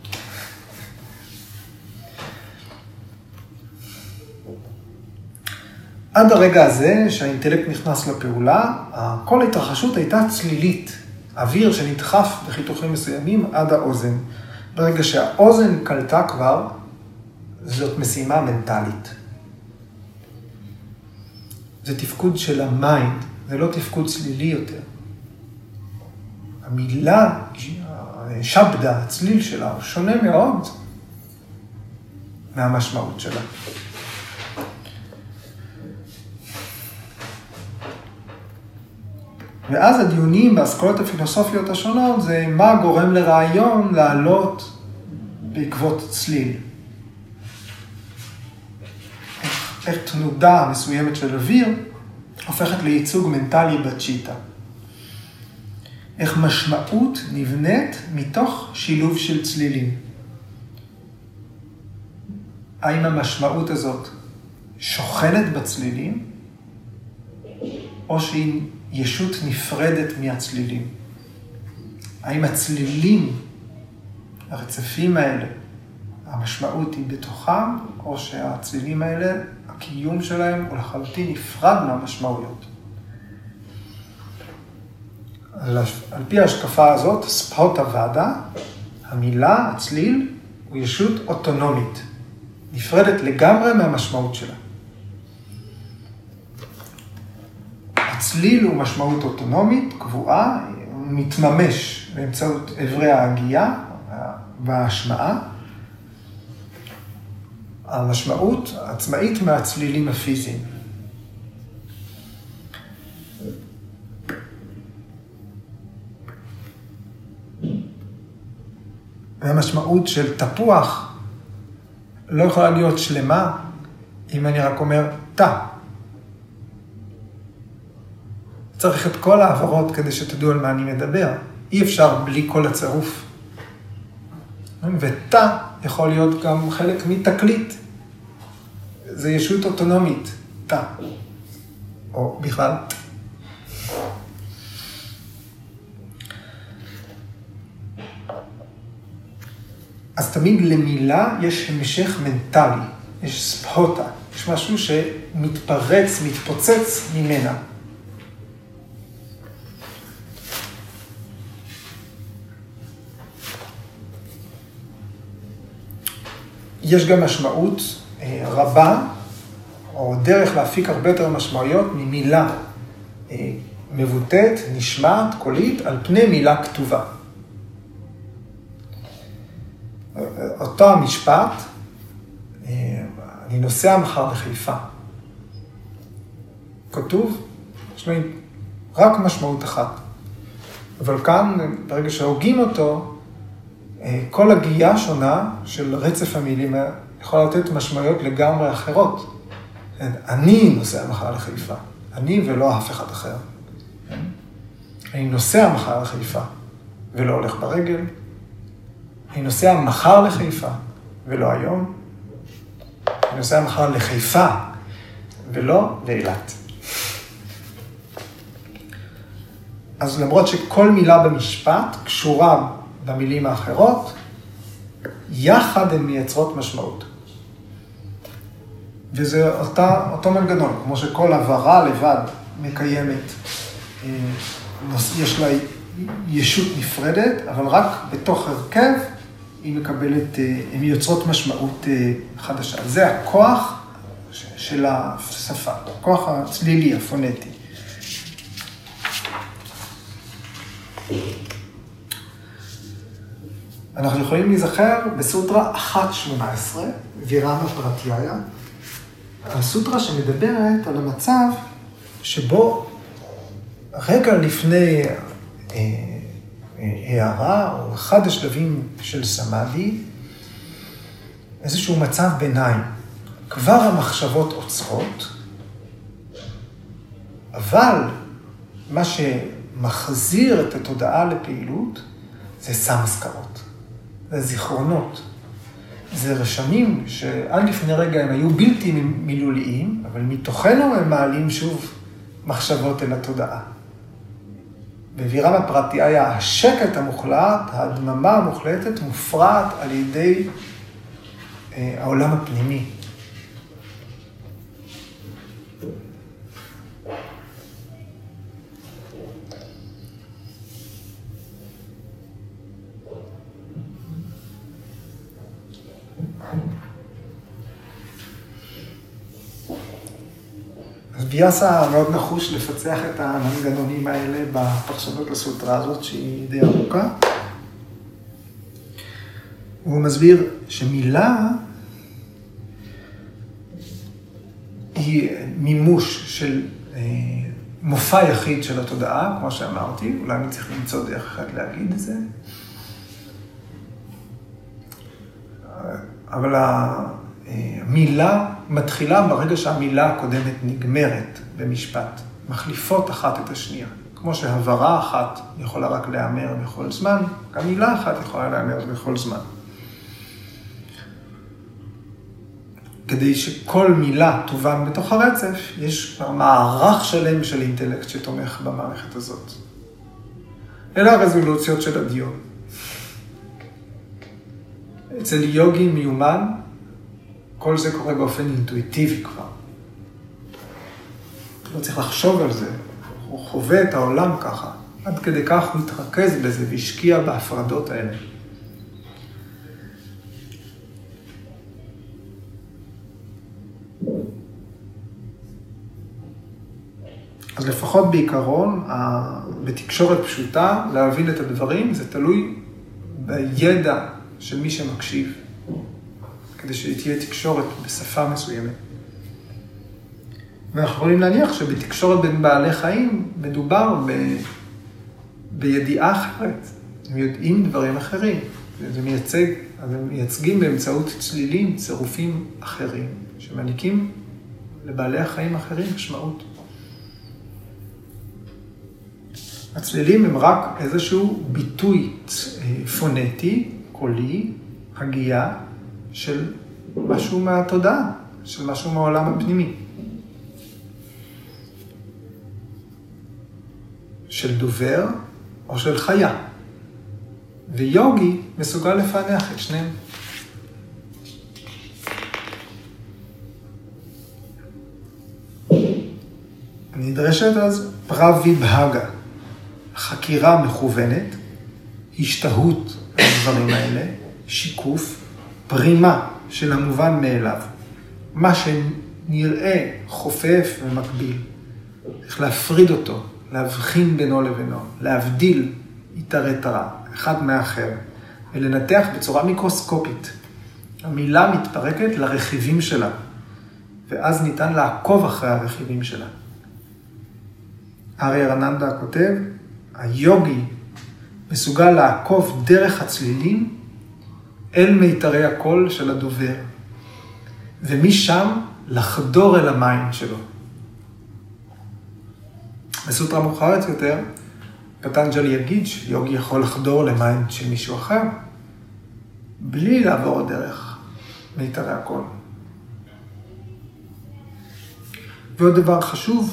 עד הרגע הזה שהאינטלקט נכנס לפעולה, כל ההתרחשות הייתה צלילית, אוויר שנדחף בחיתוכים מסוימים עד האוזן. ברגע שהאוזן קלטה כבר, זאת משימה מנטלית. זה תפקוד של המיינד, זה לא תפקוד צלילי יותר. המילה, שבדה, הצליל שלה, הוא שונה מאוד מהמשמעות שלה. ואז הדיונים באסכולות הפילוסופיות השונות זה מה גורם לרעיון לעלות בעקבות צליל. איך, איך תנודה מסוימת של אוויר הופכת לייצוג מנטלי בצ'יטה. איך משמעות נבנית מתוך שילוב של צלילים. האם המשמעות הזאת שוכנת בצלילים, או שהיא ישות נפרדת מהצלילים? האם הצלילים, הרצפים האלה, המשמעות היא בתוכם, או שהצלילים האלה, הקיום שלהם הוא לחלוטין נפרד מהמשמעויות? על, על פי ההשקפה הזאת, ספהות הוועדה, המילה, הצליל, הוא ישות אוטונומית, נפרדת לגמרי מהמשמעות שלה. הצליל הוא משמעות אוטונומית, קבועה, מתממש באמצעות עברי ההגייה וההשמעה. המשמעות עצמאית מהצלילים הפיזיים. והמשמעות של תפוח לא יכולה להיות שלמה אם אני רק אומר תא. צריך את כל העברות כדי שתדעו על מה אני מדבר. אי אפשר בלי כל הצירוף. ותא יכול להיות גם חלק מתקליט. זה ישות אוטונומית, תא. או בכלל. אז תמיד למילה יש המשך מנטלי, יש ספהותה, יש משהו שמתפרץ, מתפוצץ ממנה. יש גם משמעות רבה, או דרך להפיק הרבה יותר משמעויות ממילה מבוטאת, נשמעת, קולית, על פני מילה כתובה. אותו המשפט, אני נוסע מחר לחיפה. כתוב, יש לו רק משמעות אחת. אבל כאן, ברגע שהוגים אותו, כל הגייה שונה של רצף המילים יכולה לתת משמעויות לגמרי אחרות. אני נוסע מחר לחיפה, אני ולא אף אחד אחר. אני נוסע מחר לחיפה ולא הולך ברגל. אני נוסע מחר לחיפה ולא היום. אני נוסע מחר לחיפה ולא לאילת. אז למרות שכל מילה במשפט קשורה במילים האחרות, יחד הן מייצרות משמעות. וזה אותה, אותו מנגנון, כמו שכל הבהרה לבד מקיימת, יש לה ישות נפרדת, אבל רק בתוך הרכב היא מקבלת, הן יוצרות משמעות חדשה. זה הכוח של השפה, הכוח הצלילי, הפונטי. אנחנו יכולים להיזכר בסוטרה אחת שמונה עשרה, וירמה פרטייה, הסוטרה שמדברת על המצב שבו רגע לפני אה, הערה, או אחד השלבים של סמאדי, איזשהו מצב ביניים. כבר המחשבות עוצרות, אבל מה שמחזיר את התודעה לפעילות זה סמסקרות. זה זיכרונות. זה רשמים שעד לפני רגע הם היו בלתי מילוליים, אבל מתוכנו הם מעלים שוב מחשבות אל התודעה. בווירמה פרטייה, השקט המוחלט, ההדממה המוחלטת, מופרעת על ידי אה, העולם הפנימי. אז ביאסה מאוד נחוש לפצח את המנגנונים האלה בפרשנות לסוטרה הזאת, שהיא די ארוכה. הוא מסביר שמילה היא מימוש של מופע יחיד של התודעה, כמו שאמרתי, אולי אני צריך למצוא דרך אחת להגיד את זה. אבל המילה מתחילה ברגע שהמילה הקודמת נגמרת במשפט, מחליפות אחת את השנייה. כמו שהברה אחת יכולה רק להיאמר בכל זמן, גם מילה אחת יכולה להיאמר בכל זמן. כדי שכל מילה תובן בתוך הרצף, יש מערך שלם של אינטלקט שתומך במערכת הזאת. אלה הרזולוציות של הדיון. אצל יוגי מיומן, כל זה קורה באופן אינטואיטיבי כבר. לא צריך לחשוב על זה, הוא חווה את העולם ככה. עד כדי כך הוא התרכז בזה והשקיע בהפרדות האלה. אז לפחות בעיקרון, בתקשורת פשוטה, להבין את הדברים, זה תלוי בידע של מי שמקשיב, כדי שתהיה תקשורת בשפה מסוימת. ואנחנו יכולים להניח שבתקשורת בין בעלי חיים מדובר ב... בידיעה אחרת. הם יודעים דברים אחרים. זה מייצג, אז הם מייצגים באמצעות צלילים, צירופים אחרים, שמעניקים לבעלי החיים אחרים משמעות. הצלילים הם רק איזשהו ביטוי פונטי, קולי, הגייה של משהו מהתודעה, של משהו מהעולם הפנימי. של דובר או של חיה. ויוגי מסוגל לפענח את שניהם. נדרשת אז פרוויבהגה, חקירה מכוונת, השתהות על הדברים האלה, שיקוף, פרימה של המובן מאליו. מה שנראה חופף ומקביל. צריך להפריד אותו, להבחין בינו לבינו, להבדיל איתרי תרה, אחד מאחר, ולנתח בצורה מיקרוסקופית. המילה מתפרקת לרכיבים שלה, ואז ניתן לעקוב אחרי הרכיבים שלה. אריה רננדה כותב, היוגי מסוגל לעקוב דרך הצלילים אל מיתרי הקול של הדובר, ומשם לחדור אל המים שלו. בסוטרה מאוחרת יותר, פטנג'לי יגיד שיוגי יכול לחדור למים של מישהו אחר, בלי לעבור דרך מיתרי הקול. ועוד דבר חשוב,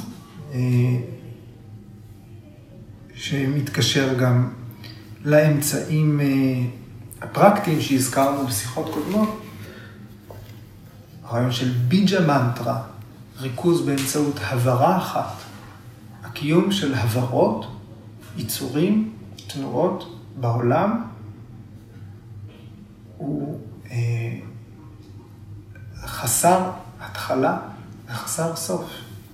שמתקשר גם לאמצעים הפרקטיים שהזכרנו בשיחות קודמות, הרעיון של ביג'ה מנטרה, ריכוז באמצעות הברה אחת, הקיום של הברות, יצורים, תנועות בעולם, הוא אה, חסר התחלה וחסר סוף.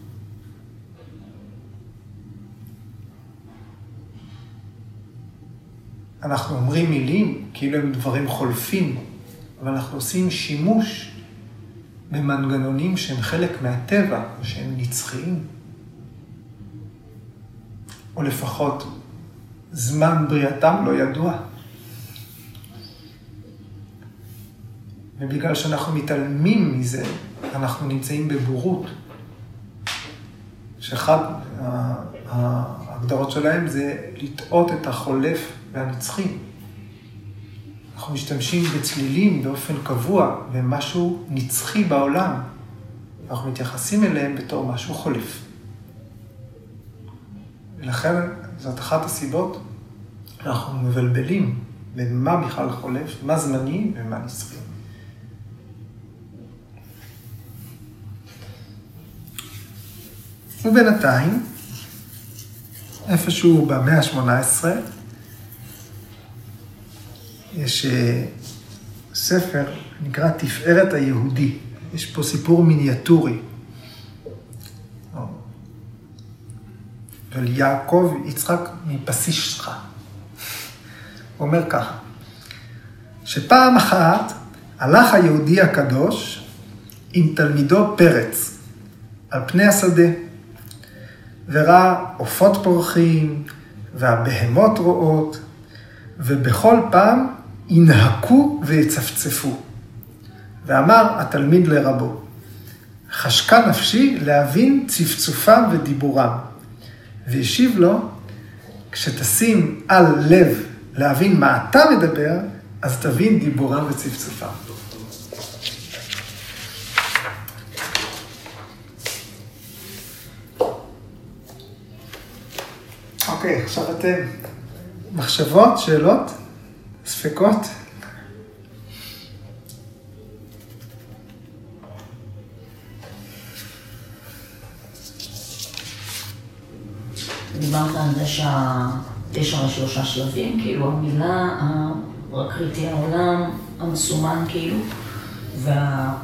אנחנו אומרים מילים כאילו הם דברים חולפים, אבל אנחנו עושים שימוש במנגנונים שהם חלק מהטבע, שהם נצחיים. או לפחות זמן בריאתם לא ידוע. ובגלל שאנחנו מתעלמים מזה, אנחנו נמצאים בבורות. שאחת ההגדרות שלהם זה לטעות את החולף והנצחי. אנחנו משתמשים בצלילים באופן קבוע, ומשהו נצחי בעולם. אנחנו מתייחסים אליהם בתור משהו חולף. ולכן זאת אחת הסיבות אנחנו מבלבלים בין מה בכלל חולף, מה זמני ומה נצחי. ובינתיים, איפשהו במאה ה-שמונה עשרה, יש ספר נקרא תפארת היהודי. יש פה סיפור מיניאטורי. של יעקב יצחק מפסישחה. הוא אומר ככה, שפעם אחת הלך היהודי הקדוש עם תלמידו פרץ על פני השדה, וראה עופות פורחים, והבהמות רואות, ובכל פעם ינהקו ויצפצפו. ואמר התלמיד לרבו, חשקה נפשי להבין צפצופם ודיבורם. והשיב לו, כשתשים על לב להבין מה אתה מדבר, אז תבין דיבורם וצפצופם. אוקיי, עכשיו אתם. מחשבות, שאלות, ספקות? דיברת על זה שיש הרי שלושה שלבים, כאילו המילה, הפרקריטי העולם, המסומן כאילו, והתודה.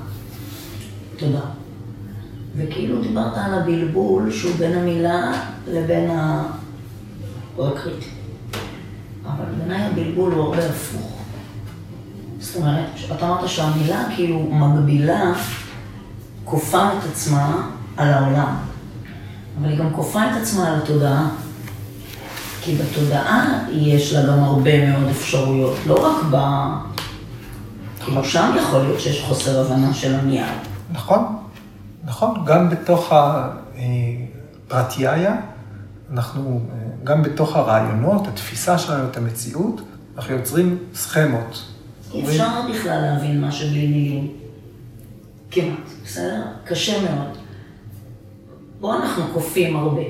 וכאילו דיברת על הבלבול שהוא בין המילה לבין הפרקריטי. אבל בעיניי הבלבול הוא הרבה הפוך. זאת אומרת, אתה אמרת שהמילה כאילו מגבילה, כופה את עצמה על העולם. אבל היא גם כופה את עצמה על התודעה, כי בתודעה יש לה גם הרבה מאוד אפשרויות, לא רק ב... כאילו שם יכול להיות שיש חוסר הבנה של המיד. נכון, נכון, גם בתוך הפרטייה, אנחנו, גם בתוך הרעיונות, התפיסה שלנו, את המציאות, אנחנו יוצרים סכמות. אי אפשר בכלל להבין מה שבלי מילים. כמעט, בסדר? קשה מאוד. בואו אנחנו קופים הרבה.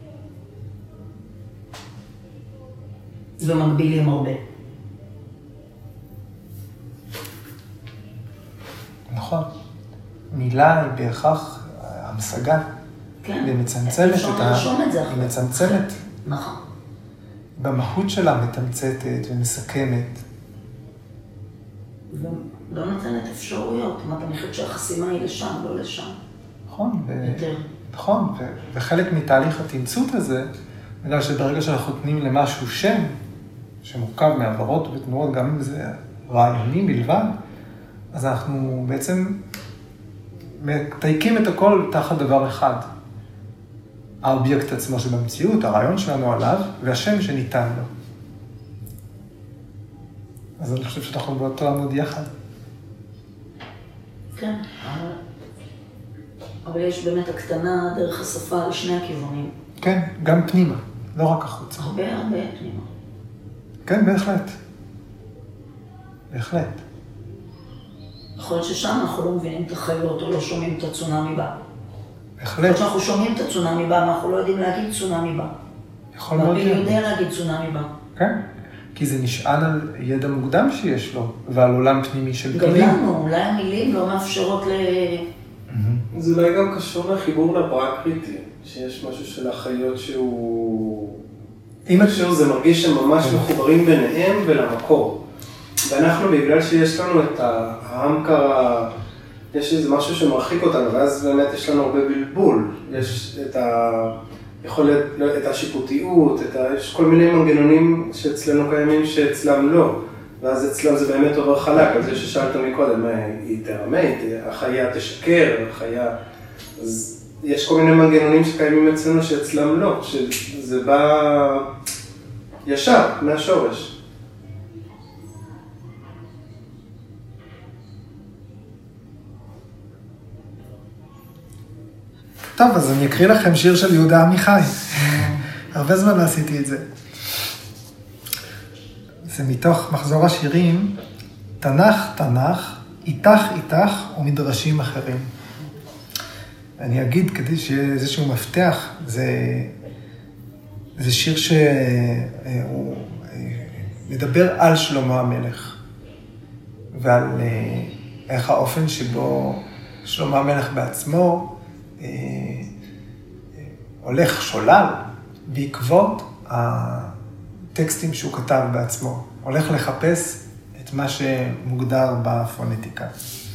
ומגבילים הרבה. נכון. מילה היא בהכרח המשגה. כן. והיא מצמצמת את ה... את זה היא מצמצמת. נכון. במהות שלה מתמצתת ומסכמת. ולא נותנת אפשרויות. מה אתה חושב שהחסימה היא לשם, לא לשם. נכון. ו... יותר. נכון, ו... וחלק מתהליך התמצות הזה, בגלל שברגע שאנחנו נותנים למשהו שם, שמורכב מעברות ותנועות, גם אם זה רעיונים בלבד, אז אנחנו בעצם מתייקים את הכל תחת דבר אחד. האובייקט עצמו שבמציאות, הרעיון שלנו עליו, והשם שניתן לו. אז אני חושב שאנחנו באותו עמוד יחד. כן, אבל... אבל יש באמת הקטנה דרך השפה לשני הכיוונים. כן, גם פנימה, לא רק החוצה. הרבה הרבה פנימה. כן, בהחלט. בהחלט. יכול להיות ששם אנחנו לא מבינים את החיות או לא שומעים את הצונאמי בא. בהחלט. יכול שאנחנו שומעים את הצונאמי בא, אנחנו לא יודעים להגיד צונאמי בא. יכול מאוד להיות. יודע להגיד צונאמי בא. כן, כי זה נשען על ידע מוקדם שיש לו, ועל עולם פנימי של גם כלים. לנו, אולי המילים לא מאפשרות ל... זה אולי גם קשור לחיבור לפרקריטי, שיש משהו של החיות שהוא... איכשהו זה מרגיש שהם ממש מחוברים ביניהם ולמקור. ואנחנו, בגלל שיש לנו את ההמקרה, יש איזה משהו שמרחיק אותנו, ואז באמת יש לנו הרבה בלבול. יש את היכולת, את השיפוטיות, את ה... יש כל מיני מנגנונים שאצלנו קיימים שאצלם לא. ואז אצלם זה באמת עובר חלק, על זה ששאלת מקודם, מה, היא תרמה, החיה תשקר, החיה... אז יש כל מיני מנגנונים שקיימים אצלנו שאצלם לא, שזה בא ישר, מהשורש. טוב, אז אני אקריא לכם שיר של יהודה עמיחי. הרבה זמן לא עשיתי את זה. זה מתוך מחזור השירים, תנ"ך, תנ"ך, איתך, איתך ומדרשים אחרים. אני אגיד כדי שיהיה איזשהו מפתח, זה, זה שיר שהוא מדבר על שלמה המלך, ועל איך האופן שבו שלמה המלך בעצמו הולך שולל בעקבות הטקסטים שהוא כתב בעצמו, הולך לחפש את מה שמוגדר בפונטיקה.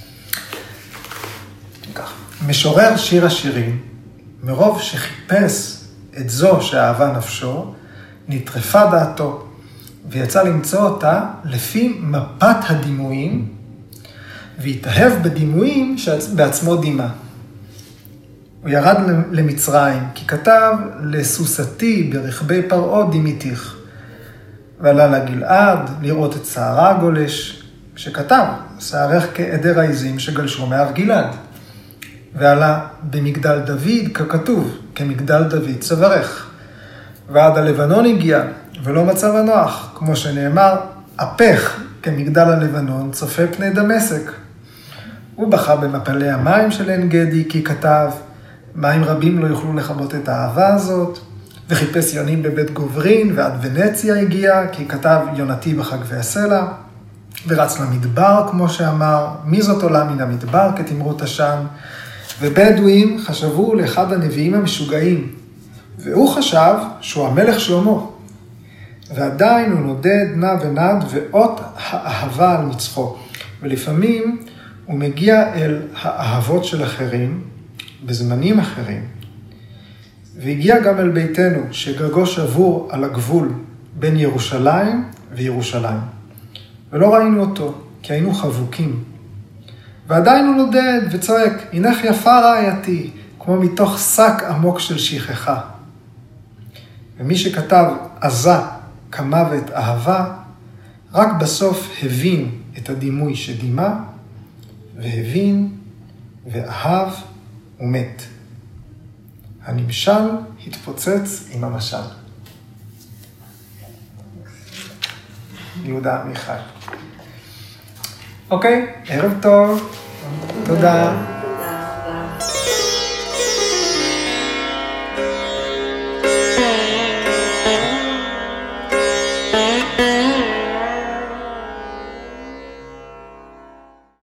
כך. משורר שיר השירים, מרוב שחיפש את זו שאהבה נפשו, נטרפה דעתו, ויצא למצוא אותה לפי מפת הדימויים, והתאהב בדימויים שבעצמו דימה. הוא ירד למצרים, כי כתב לסוסתי ברכבי פרעה דימיתיך. ועלה לגלעד לראות את שערה הגולש, שכתב, שערך כעדר העזים שגלשו מהר גלעד. ועלה במגדל דוד ככתוב, כמגדל דוד צווארך. ועד הלבנון הגיע, ולא מצב הנוח, כמו שנאמר, הפך כמגדל הלבנון צופה פני דמשק. הוא בכה במפלי המים של עין גדי, כי כתב, מים רבים לא יוכלו לכבות את האהבה הזאת, וחיפש יונים בבית גוברין, ועד ונציה הגיע, כי כתב יונתי בחגבי הסלע, ורץ למדבר, כמו שאמר, מי זאת עולה מן המדבר כתמרות עשן, ובדואים חשבו לאחד הנביאים המשוגעים, והוא חשב שהוא המלך שלמה, ועדיין הוא נודד, נע ונד, ואות האהבה על מצחו, ולפעמים הוא מגיע אל האהבות של אחרים, בזמנים אחרים, והגיע גם אל ביתנו, שגגו שבור על הגבול בין ירושלים וירושלים. ולא ראינו אותו, כי היינו חבוקים. ועדיין הוא נודד וצועק, הנך יפה רעייתי, כמו מתוך שק עמוק של שכחה. ומי שכתב עזה כמוות אהבה, רק בסוף הבין את הדימוי שדימה, והבין ואהב ומת. הנמשל התפוצץ עם המשל. יהודה עמיחי. אוקיי, ערב טוב. תודה.